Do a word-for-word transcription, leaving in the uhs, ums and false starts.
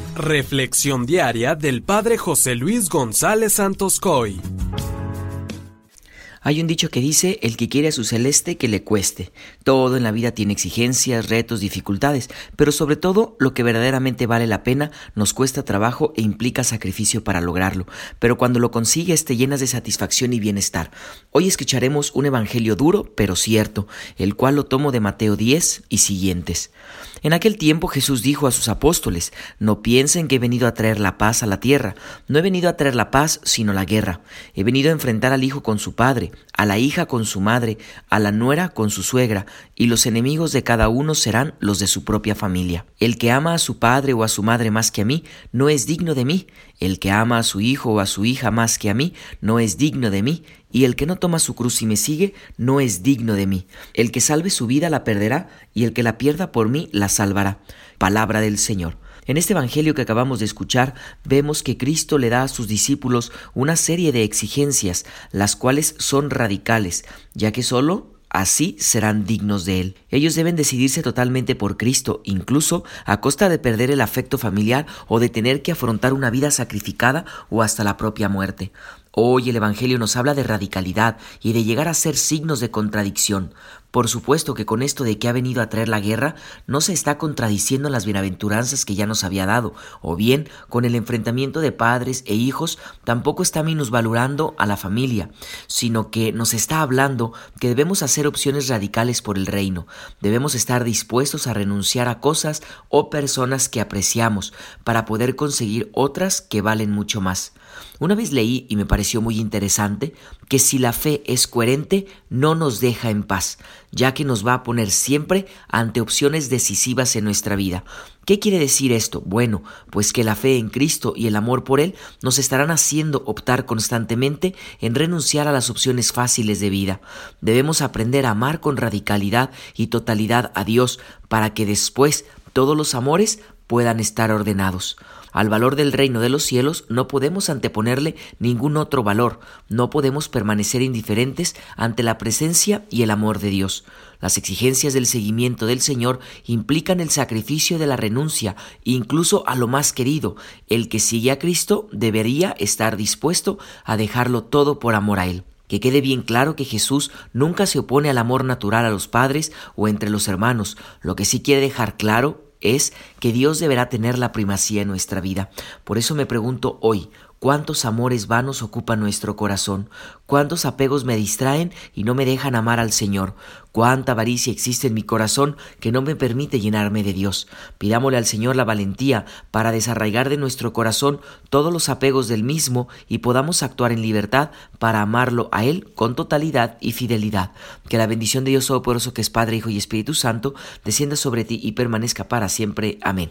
Reflexión diaria del Padre José Luis González Santos Coy. Hay un dicho que dice, el que quiere a su celeste que le cueste. Todo en la vida tiene exigencias, retos, dificultades, pero sobre todo lo que verdaderamente vale la pena nos cuesta trabajo e implica sacrificio para lograrlo, pero cuando lo consigues te llenas de satisfacción y bienestar. Hoy escucharemos un evangelio duro pero cierto, el cual lo tomo de Mateo diez y siguientes. En aquel tiempo Jesús dijo a sus apóstoles, no piensen que he venido a traer la paz a la tierra, no he venido a traer la paz sino la guerra. He venido a enfrentar al hijo con su padre, a la hija con su madre, a la nuera con su suegra, y los enemigos de cada uno serán los de su propia familia. El que ama a su padre o a su madre más que a mí, no es digno de mí. El que ama a su hijo o a su hija más que a mí, no es digno de mí. Y el que no toma su cruz y me sigue, no es digno de mí. El que salve su vida la perderá, y el que la pierda por mí la salvará. Palabra del Señor. En este evangelio que acabamos de escuchar, vemos que Cristo le da a sus discípulos una serie de exigencias, las cuales son radicales, ya que solo así serán dignos de Él. Ellos deben decidirse totalmente por Cristo, incluso a costa de perder el afecto familiar o de tener que afrontar una vida sacrificada o hasta la propia muerte. Hoy el Evangelio nos habla de radicalidad y de llegar a ser signos de contradicción. Por supuesto que con esto de que ha venido a traer la guerra, no se está contradiciendo en las bienaventuranzas que ya nos había dado, o bien con el enfrentamiento de padres e hijos, tampoco está minusvalorando a la familia, sino que nos está hablando que debemos hacer opciones radicales por el reino. Debemos estar dispuestos a renunciar a cosas o personas que apreciamos para poder conseguir otras que valen mucho más. Una vez leí, y me pareció muy interesante, que si la fe es coherente, no nos deja en paz, ya que nos va a poner siempre ante opciones decisivas en nuestra vida. ¿Qué quiere decir esto? Bueno, pues que la fe en Cristo y el amor por Él nos estarán haciendo optar constantemente en renunciar a las opciones fáciles de vida. Debemos aprender a amar con radicalidad y totalidad a Dios para que después todos los amores puedan estar ordenados. Al valor del reino de los cielos no podemos anteponerle ningún otro valor, no podemos permanecer indiferentes ante la presencia y el amor de Dios. Las exigencias del seguimiento del Señor implican el sacrificio de la renuncia, incluso a lo más querido. El que sigue a Cristo debería estar dispuesto a dejarlo todo por amor a Él. Que quede bien claro que Jesús nunca se opone al amor natural a los padres o entre los hermanos. Lo que sí quiere dejar claro es que Dios deberá tener la primacía en nuestra vida. Por eso me pregunto hoy, ¿cuántos amores vanos ocupan nuestro corazón? ¿Cuántos apegos me distraen y no me dejan amar al Señor? ¿Cuánta avaricia existe en mi corazón que no me permite llenarme de Dios? Pidámosle al Señor la valentía para desarraigar de nuestro corazón todos los apegos del mismo y podamos actuar en libertad para amarlo a Él con totalidad y fidelidad. Que la bendición de Dios Todopoderoso, que es Padre, Hijo y Espíritu Santo, descienda sobre ti y permanezca para siempre. Amén.